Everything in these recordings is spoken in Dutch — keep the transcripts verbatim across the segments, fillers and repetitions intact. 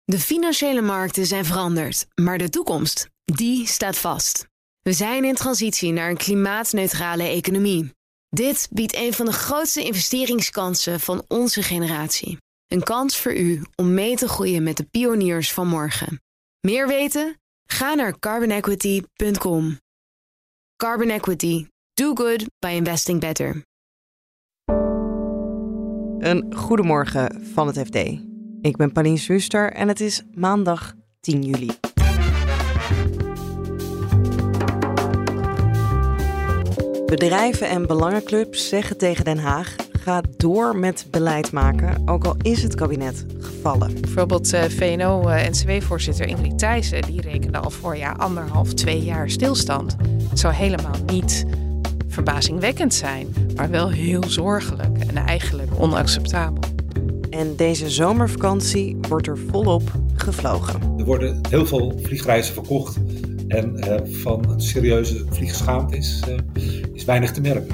De financiële markten zijn veranderd, maar de toekomst, die staat vast. We zijn in transitie naar een klimaatneutrale economie. Dit biedt een van de grootste investeringskansen van onze generatie. Een kans voor u om mee te groeien met de pioniers van morgen. Meer weten? Ga naar carbon equity punt com. Carbon Equity. Do good by investing better. Een goedemorgen van het F D. Ik ben Pauline Swuster en het is maandag tien juli. Bedrijven en belangenclubs zeggen tegen Den Haag: ga door met beleid maken, ook al is het kabinet gevallen. Bijvoorbeeld uh, V N O-N C W-voorzitter Ingrid Thijssen, die rekende al voor ja, anderhalf, twee jaar stilstand. Het zou helemaal niet verbazingwekkend zijn, maar wel heel zorgelijk en eigenlijk onacceptabel. En deze zomervakantie wordt er volop gevlogen. Er worden heel veel vliegreizen verkocht en uh, van een serieuze vliegschaamte is, uh, is weinig te merken.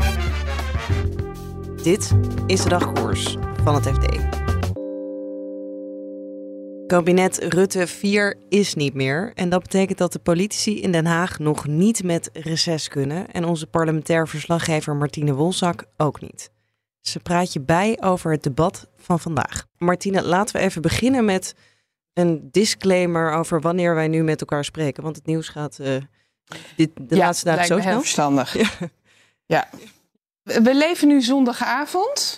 Dit is de dagkoers van het F D. Kabinet Rutte vier is niet meer. En dat betekent dat de politici in Den Haag nog niet met reces kunnen. En onze parlementair verslaggever Martine Wolzak ook niet. Ze praat je bij over het debat van vandaag. Martine, laten we even beginnen met een disclaimer over wanneer wij nu met elkaar spreken. Want het nieuws gaat uh, dit, de ja, laatste dagen zo snel. Ja, lijkt me heel verstandig. Ja. ja. We leven nu zondagavond.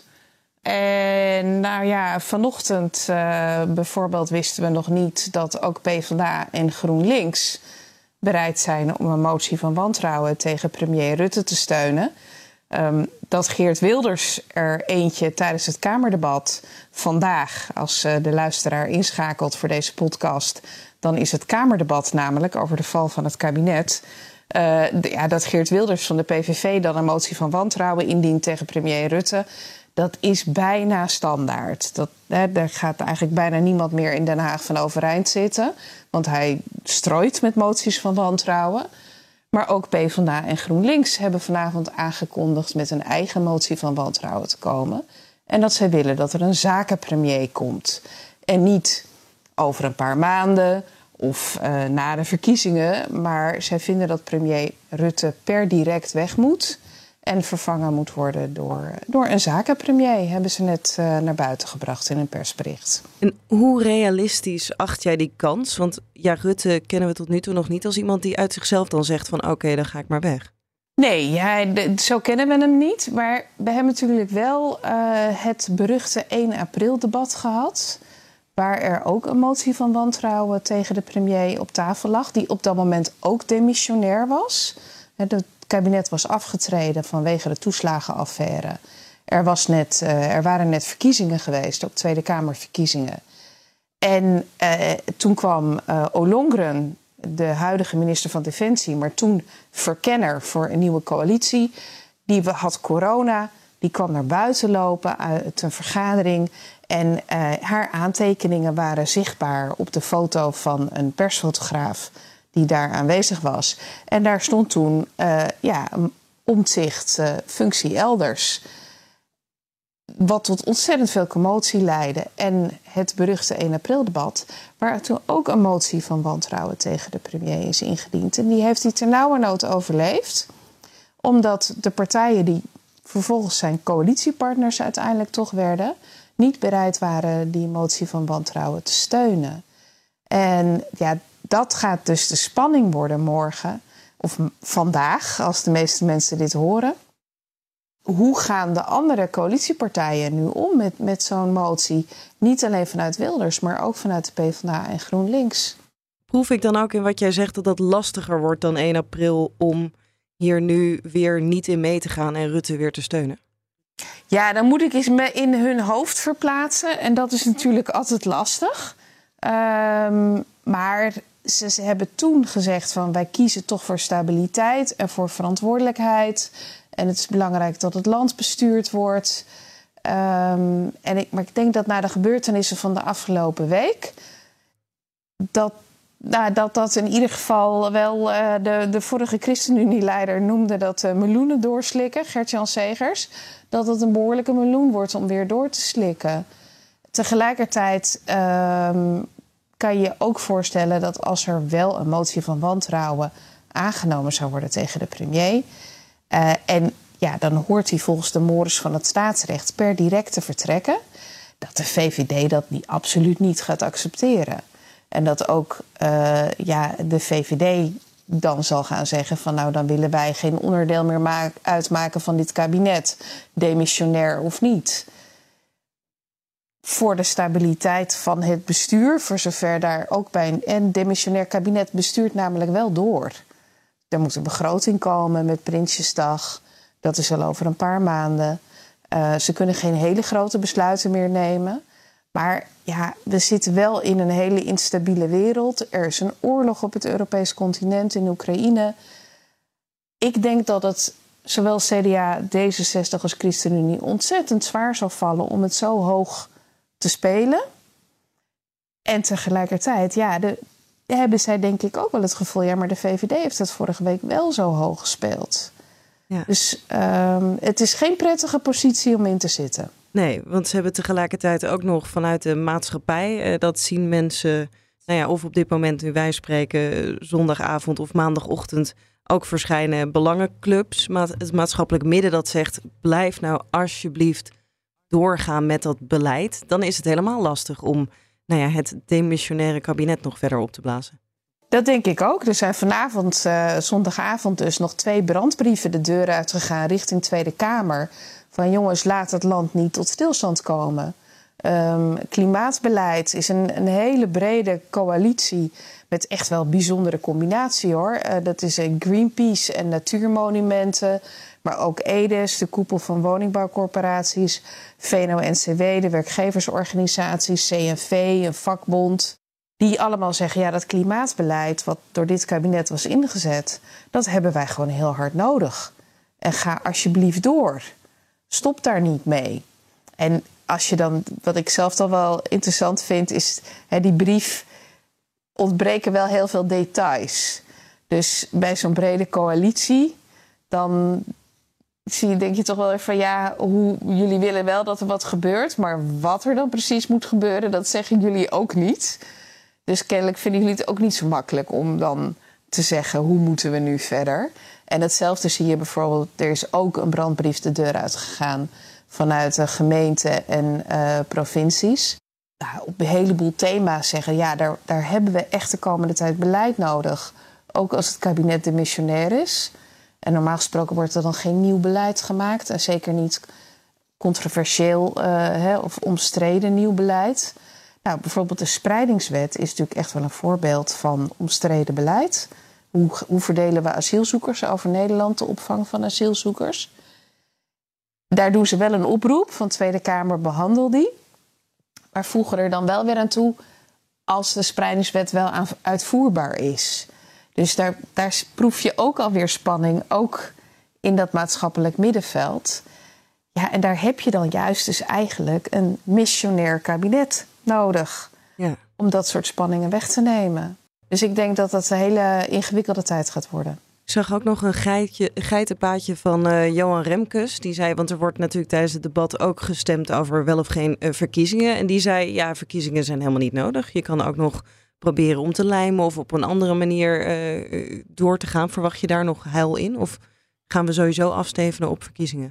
En nou ja, vanochtend uh, bijvoorbeeld wisten we nog niet dat ook PvdA en GroenLinks bereid zijn om een motie van wantrouwen tegen premier Rutte te steunen. Um, dat Geert Wilders er eentje tijdens het Kamerdebat vandaag, als uh, de luisteraar inschakelt voor deze podcast, dan is het Kamerdebat namelijk over de val van het kabinet. Uh, de, ja, dat Geert Wilders van de P V V dan een motie van wantrouwen indient tegen premier Rutte, dat is bijna standaard. Dat, hè, daar gaat eigenlijk bijna niemand meer in Den Haag van overeind zitten, want hij strooit met moties van wantrouwen. Maar ook PvdA en GroenLinks hebben vanavond aangekondigd met een eigen motie van wantrouwen te komen. En dat zij willen dat er een zakenpremier komt. En niet over een paar maanden of uh, na de verkiezingen. Maar zij vinden dat premier Rutte per direct weg moet en vervangen moet worden door, door een zakenpremier. Hebben ze net uh, naar buiten gebracht in een persbericht. En hoe realistisch acht jij die kans? Want ja, Rutte kennen we tot nu toe nog niet als iemand die uit zichzelf dan zegt van oké, okay, dan ga ik maar weg. Nee, ja, de, zo kennen we hem niet. Maar we hebben natuurlijk wel uh, het beruchte één april debat gehad, waar er ook een motie van wantrouwen tegen de premier op tafel lag, die op dat moment ook demissionair was. Het kabinet was afgetreden vanwege de toeslagenaffaire. Er, was net, uh, er waren net verkiezingen geweest, ook Tweede Kamerverkiezingen. En uh, toen kwam uh, Ollongren, de huidige minister van Defensie, maar toen verkenner voor een nieuwe coalitie. Die had corona, die kwam naar buiten lopen uit een vergadering. En uh, haar aantekeningen waren zichtbaar op de foto van een persfotograaf die daar aanwezig was. En daar stond toen uh, ja, Omtzigt uh, functie elders. Wat tot ontzettend veel commotie leidde. En het beruchte één april debat, waar toen ook een motie van wantrouwen tegen de premier is ingediend. En die heeft hij ternauwernood overleefd. Omdat de partijen die vervolgens zijn coalitiepartners uiteindelijk toch werden, niet bereid waren die motie van wantrouwen te steunen. En ja, dat gaat dus de spanning worden morgen, of vandaag, als de meeste mensen dit horen. Hoe gaan de andere coalitiepartijen nu om met, met zo'n motie? Niet alleen vanuit Wilders, maar ook vanuit de PvdA en GroenLinks. Proef ik dan ook in wat jij zegt dat dat lastiger wordt dan één april om hier nu weer niet in mee te gaan en Rutte weer te steunen? Ja, dan moet ik eens me in hun hoofd verplaatsen. En dat is natuurlijk altijd lastig. Um, maar ze, ze hebben toen gezegd van wij kiezen toch voor stabiliteit en voor verantwoordelijkheid. En het is belangrijk dat het land bestuurd wordt. Um, en ik, maar ik denk dat na de gebeurtenissen van de afgelopen week, dat nou, dat, dat in ieder geval wel uh, de, de vorige ChristenUnie-leider noemde dat uh, meloenen doorslikken, Gert-Jan Segers, dat het een behoorlijke meloen wordt om weer door te slikken. Tegelijkertijd um, kan je ook voorstellen dat als er wel een motie van wantrouwen aangenomen zou worden tegen de premier, Uh, en ja, dan hoort hij volgens de mores van het staatsrecht per direct te vertrekken, dat de V V D dat niet, absoluut niet gaat accepteren. En dat ook uh, ja, de V V D dan zal gaan zeggen van nou, dan willen wij geen onderdeel meer ma- uitmaken van dit kabinet, demissionair of niet. Voor de stabiliteit van het bestuur, voor zover daar ook bij een en demissionair kabinet bestuurt namelijk wel door. Er moet een begroting komen met Prinsjesdag. Dat is al over een paar maanden. Uh, ze kunnen geen hele grote besluiten meer nemen. Maar ja, we zitten wel in een hele instabiele wereld. Er is een oorlog op het Europees continent in Oekraïne. Ik denk dat het zowel C D A, D zesenzestig als ChristenUnie ontzettend zwaar zal vallen om het zo hoog te spelen. En tegelijkertijd, ja, de, hebben zij denk ik ook wel het gevoel, ja, maar de V V D heeft het vorige week wel zo hoog gespeeld. Ja. Dus um, het is geen prettige positie om in te zitten. Nee, want ze hebben tegelijkertijd ook nog vanuit de maatschappij, uh, dat zien mensen, nou ja, of op dit moment nu wij spreken, zondagavond of maandagochtend ook verschijnen belangenclubs. Maar het maatschappelijk midden dat zegt, blijf nou alsjeblieft doorgaan met dat beleid. Dan is het helemaal lastig om nou ja, het demissionaire kabinet nog verder op te blazen. Dat denk ik ook. Er zijn vanavond, uh, zondagavond dus, nog twee brandbrieven de deur uitgegaan richting Tweede Kamer. Van jongens, laat het land niet tot stilstand komen. Um, klimaatbeleid is een, een hele brede coalitie met echt wel een bijzondere combinatie hoor. Uh, dat is uh, Greenpeace en natuurmonumenten, maar ook E D E S, de koepel van woningbouwcorporaties, V N O N C W, de werkgeversorganisaties, C N V, een vakbond. Die allemaal zeggen, ja, dat klimaatbeleid wat door dit kabinet was ingezet, dat hebben wij gewoon heel hard nodig. En ga alsjeblieft door. Stop daar niet mee. En als je dan, wat ik zelf dan wel interessant vind, is hè, die brief ontbreken wel heel veel details. Dus bij zo'n brede coalitie, dan zie je, denk je toch wel even van ja, hoe, jullie willen wel dat er wat gebeurt, maar wat er dan precies moet gebeuren, dat zeggen jullie ook niet. Dus kennelijk vinden jullie het ook niet zo makkelijk om dan te zeggen, hoe moeten we nu verder? En hetzelfde zie je bijvoorbeeld, er is ook een brandbrief de deur uitgegaan vanuit de gemeenten en uh, provincies. Nou, op een heleboel thema's zeggen, ja, daar, daar hebben we echt de komende tijd beleid nodig. Ook als het kabinet demissionair is. En normaal gesproken wordt er dan geen nieuw beleid gemaakt. En zeker niet controversieel uh, hè, of omstreden nieuw beleid. Nou, bijvoorbeeld de spreidingswet is natuurlijk echt wel een voorbeeld van omstreden beleid. Hoe, hoe verdelen we asielzoekers over Nederland, de opvang van asielzoekers? Daar doen ze wel een oproep van Tweede Kamer, behandel die. Maar voegen er dan wel weer aan toe als de spreidingswet wel aan, uitvoerbaar is. Dus daar, daar proef je ook alweer spanning, ook in dat maatschappelijk middenveld. Ja, en daar heb je dan juist dus eigenlijk een missionair kabinet nodig. Ja. Om dat soort spanningen weg te nemen. Dus ik denk dat dat een hele ingewikkelde tijd gaat worden. Ik zag ook nog een geitje, geitenpaadje van uh, Johan Remkes. Die zei, want er wordt natuurlijk tijdens het debat ook gestemd over wel of geen uh, verkiezingen. En die zei, ja, verkiezingen zijn helemaal niet nodig. Je kan ook nog proberen om te lijmen of op een andere manier uh, door te gaan. Verwacht je daar nog heil in? Of gaan we sowieso afstevenen op verkiezingen?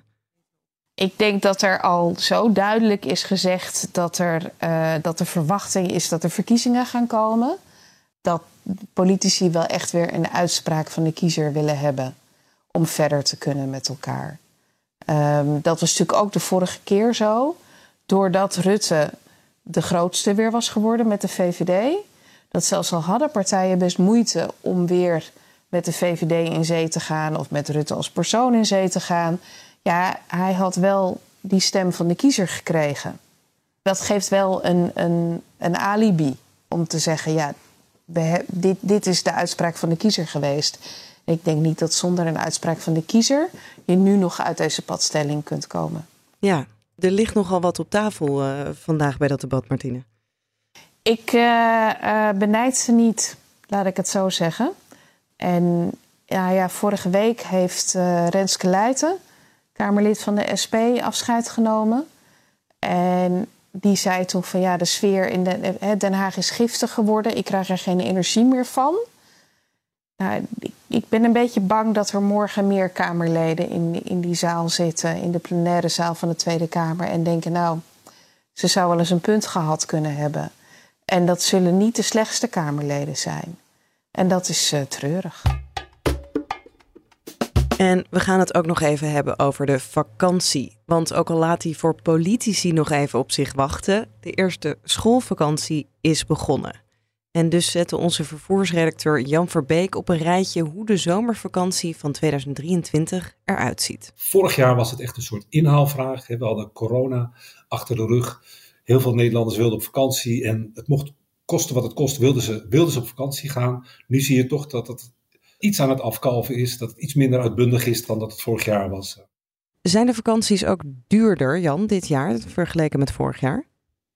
Ik denk dat er al zo duidelijk is gezegd dat er uh, dat de verwachting is dat er verkiezingen gaan komen. Dat politici wel echt weer een uitspraak van de kiezer willen hebben om verder te kunnen met elkaar. Um, dat was natuurlijk ook de vorige keer zo. Doordat Rutte de grootste weer was geworden met de V V D. Dat zelfs al hadden partijen best moeite om weer met de V V D in zee te gaan of met Rutte als persoon in zee te gaan. Ja, hij had wel die stem van de kiezer gekregen. Dat geeft wel een, een, een alibi om te zeggen, ja, we he, dit, dit is de uitspraak van de kiezer geweest. En ik denk niet dat zonder een uitspraak van de kiezer je nu nog uit deze padstelling kunt komen. Ja, er ligt nogal wat op tafel uh, vandaag bij dat debat, Martine. Ik uh, uh, benijd ze niet, laat ik het zo zeggen. En ja, ja, vorige week heeft uh, Renske Leijten, Kamerlid van de S P, afscheid genomen. En die zei toen van ja, de sfeer in de, Den Haag is giftig geworden. Ik krijg er geen energie meer van. Nou, ik ben een beetje bang dat er morgen meer Kamerleden in, in die zaal zitten, in de plenaire zaal van de Tweede Kamer, en denken, nou, ze zou wel eens een punt gehad kunnen hebben. En dat zullen niet de slechtste Kamerleden zijn. En dat is uh, treurig. En we gaan het ook nog even hebben over de vakantie. Want ook al laat die voor politici nog even op zich wachten, de eerste schoolvakantie is begonnen. En dus zette onze vervoersredacteur Jan Verbeek op een rijtje hoe de zomervakantie van tweeduizend drieëntwintig eruit ziet. Vorig jaar was het echt een soort inhaalvraag. We hadden corona achter de rug. Heel veel Nederlanders wilden op vakantie en het mocht kosten wat het kost, wilden ze, wilden ze op vakantie gaan. Nu zie je toch dat het iets aan het afkalven is, dat het iets minder uitbundig is dan dat het vorig jaar was. Zijn de vakanties ook duurder, Jan, dit jaar vergeleken met vorig jaar?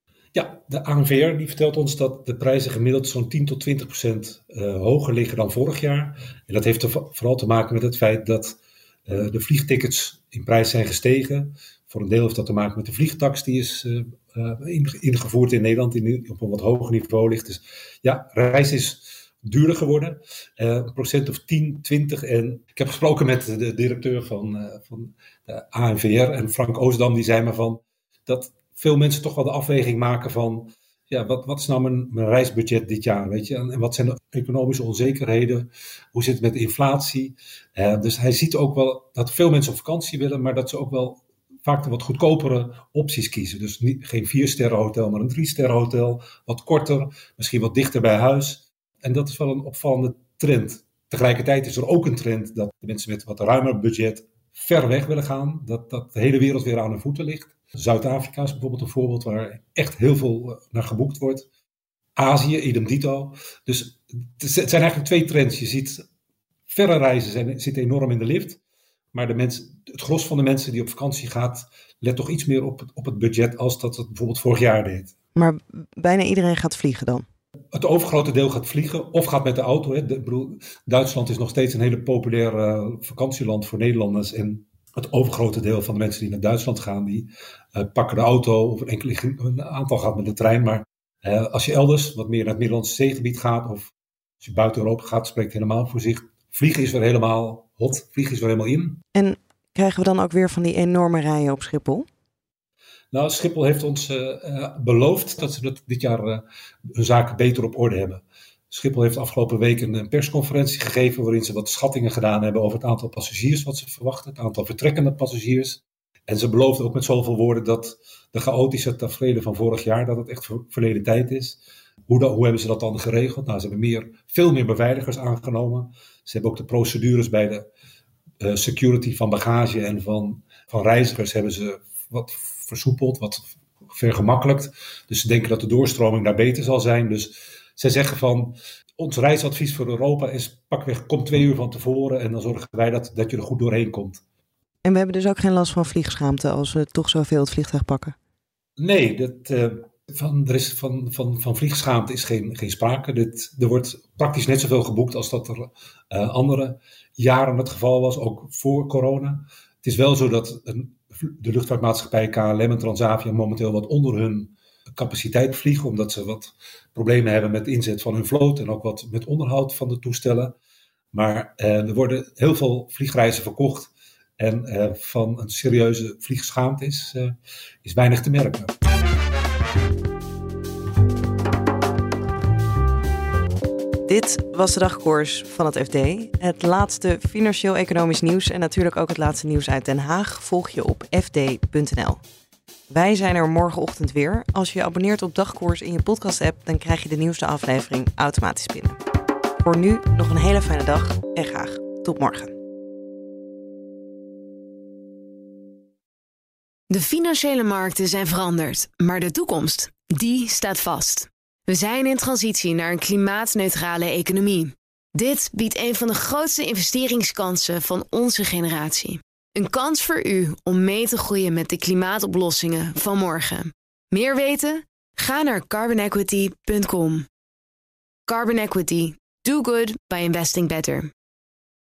Ja, de A N V R die vertelt ons dat de prijzen gemiddeld zo'n tien tot twintig procent uh, hoger liggen dan vorig jaar. En dat heeft er vooral te maken met het feit dat uh, de vliegtickets in prijs zijn gestegen. Voor een deel heeft dat te maken met de vliegtax die is uh, uh, ingevoerd in Nederland, die op een wat hoger niveau ligt. Dus ja, reis is duurder geworden. Uh, een procent of tien, twintig. En ik heb gesproken met de directeur van, uh, van de A N V R en Frank Oostdam, die zei me van dat veel mensen toch wel de afweging maken van ja, wat, wat is nou mijn, mijn reisbudget dit jaar, weet je? En, en wat zijn de economische onzekerheden? Hoe zit het met de inflatie? Uh, dus hij ziet ook wel dat veel mensen op vakantie willen, maar dat ze ook wel vaak de wat goedkopere opties kiezen. Dus niet, geen viersterren hotel, maar een driesterren hotel. Wat korter, misschien wat dichter bij huis. En dat is wel een opvallende trend. Tegelijkertijd is er ook een trend dat de mensen met wat ruimer budget ver weg willen gaan. Dat, dat de hele wereld weer aan hun voeten ligt. Zuid-Afrika is bijvoorbeeld een voorbeeld waar echt heel veel naar geboekt wordt. Azië, idem dito. Dus het zijn eigenlijk twee trends. Je ziet verre reizen zijn, zitten enorm in de lift. Maar de mensen, het gros van de mensen die op vakantie gaat, let toch iets meer op het, op het budget als dat het bijvoorbeeld vorig jaar deed. Maar bijna iedereen gaat vliegen dan? Het overgrote deel gaat vliegen of gaat met de auto. Hè. De, bedoel, Duitsland is nog steeds een hele populair uh, vakantieland voor Nederlanders. En het overgrote deel van de mensen die naar Duitsland gaan, die uh, pakken de auto. Of een, enkele, een aantal gaat met de trein. Maar uh, als je elders wat meer naar het Middellandse zeegebied gaat, of als je buiten Europa gaat, spreekt het helemaal voor zich. Vliegen is weer helemaal hot. Vliegen is weer helemaal in. En krijgen we dan ook weer van die enorme rijen op Schiphol? Nou, Schiphol heeft ons uh, uh, beloofd dat ze dat dit jaar uh, hun zaken beter op orde hebben. Schiphol heeft afgelopen week een persconferentie gegeven waarin ze wat schattingen gedaan hebben over het aantal passagiers wat ze verwachten, het aantal vertrekkende passagiers. En ze beloofden ook met zoveel woorden dat de chaotische taferelen van vorig jaar, dat het echt verleden tijd is. Hoe, dat, hoe hebben ze dat dan geregeld? Nou, ze hebben meer, veel meer beveiligers aangenomen. Ze hebben ook de procedures bij de uh, security van bagage en van, van reizigers hebben ze wat versoepeld, wat vergemakkelijkt. Dus ze denken dat de doorstroming daar beter zal zijn. Dus zij zeggen van, ons reisadvies voor Europa is pakweg, kom twee uur van tevoren en dan zorgen wij dat, dat je er goed doorheen komt. En we hebben dus ook geen last van vliegschaamte als we toch zoveel het vliegtuig pakken? Nee, dat, uh, van, er is van, van, van vliegschaamte is geen, geen sprake. Dit, er wordt praktisch net zoveel geboekt als dat er uh, andere jaren het geval was, ook voor corona. Het is wel zo dat een, de luchtvaartmaatschappij K L M en Transavia momenteel wat onder hun capaciteit vliegen, omdat ze wat problemen hebben met de inzet van hun vloot en ook wat met onderhoud van de toestellen. Maar uh, er worden heel veel vliegreizen verkocht en uh, van een serieuze vliegschaamte is, uh, is weinig te merken. Dit was de dagkoers van het F D. Het laatste financieel-economisch nieuws en natuurlijk ook het laatste nieuws uit Den Haag volg je op f d punt n l. Wij zijn er morgenochtend weer. Als je je abonneert op Dagkoers in je podcast-app, dan krijg je de nieuwste aflevering automatisch binnen. Voor nu nog een hele fijne dag en graag tot morgen. De financiële markten zijn veranderd, maar de toekomst, die staat vast. We zijn in transitie naar een klimaatneutrale economie. Dit biedt een van de grootste investeringskansen van onze generatie. Een kans voor u om mee te groeien met de klimaatoplossingen van morgen. Meer weten? Ga naar carbon equity punt com. Carbon Equity. Do good by investing better.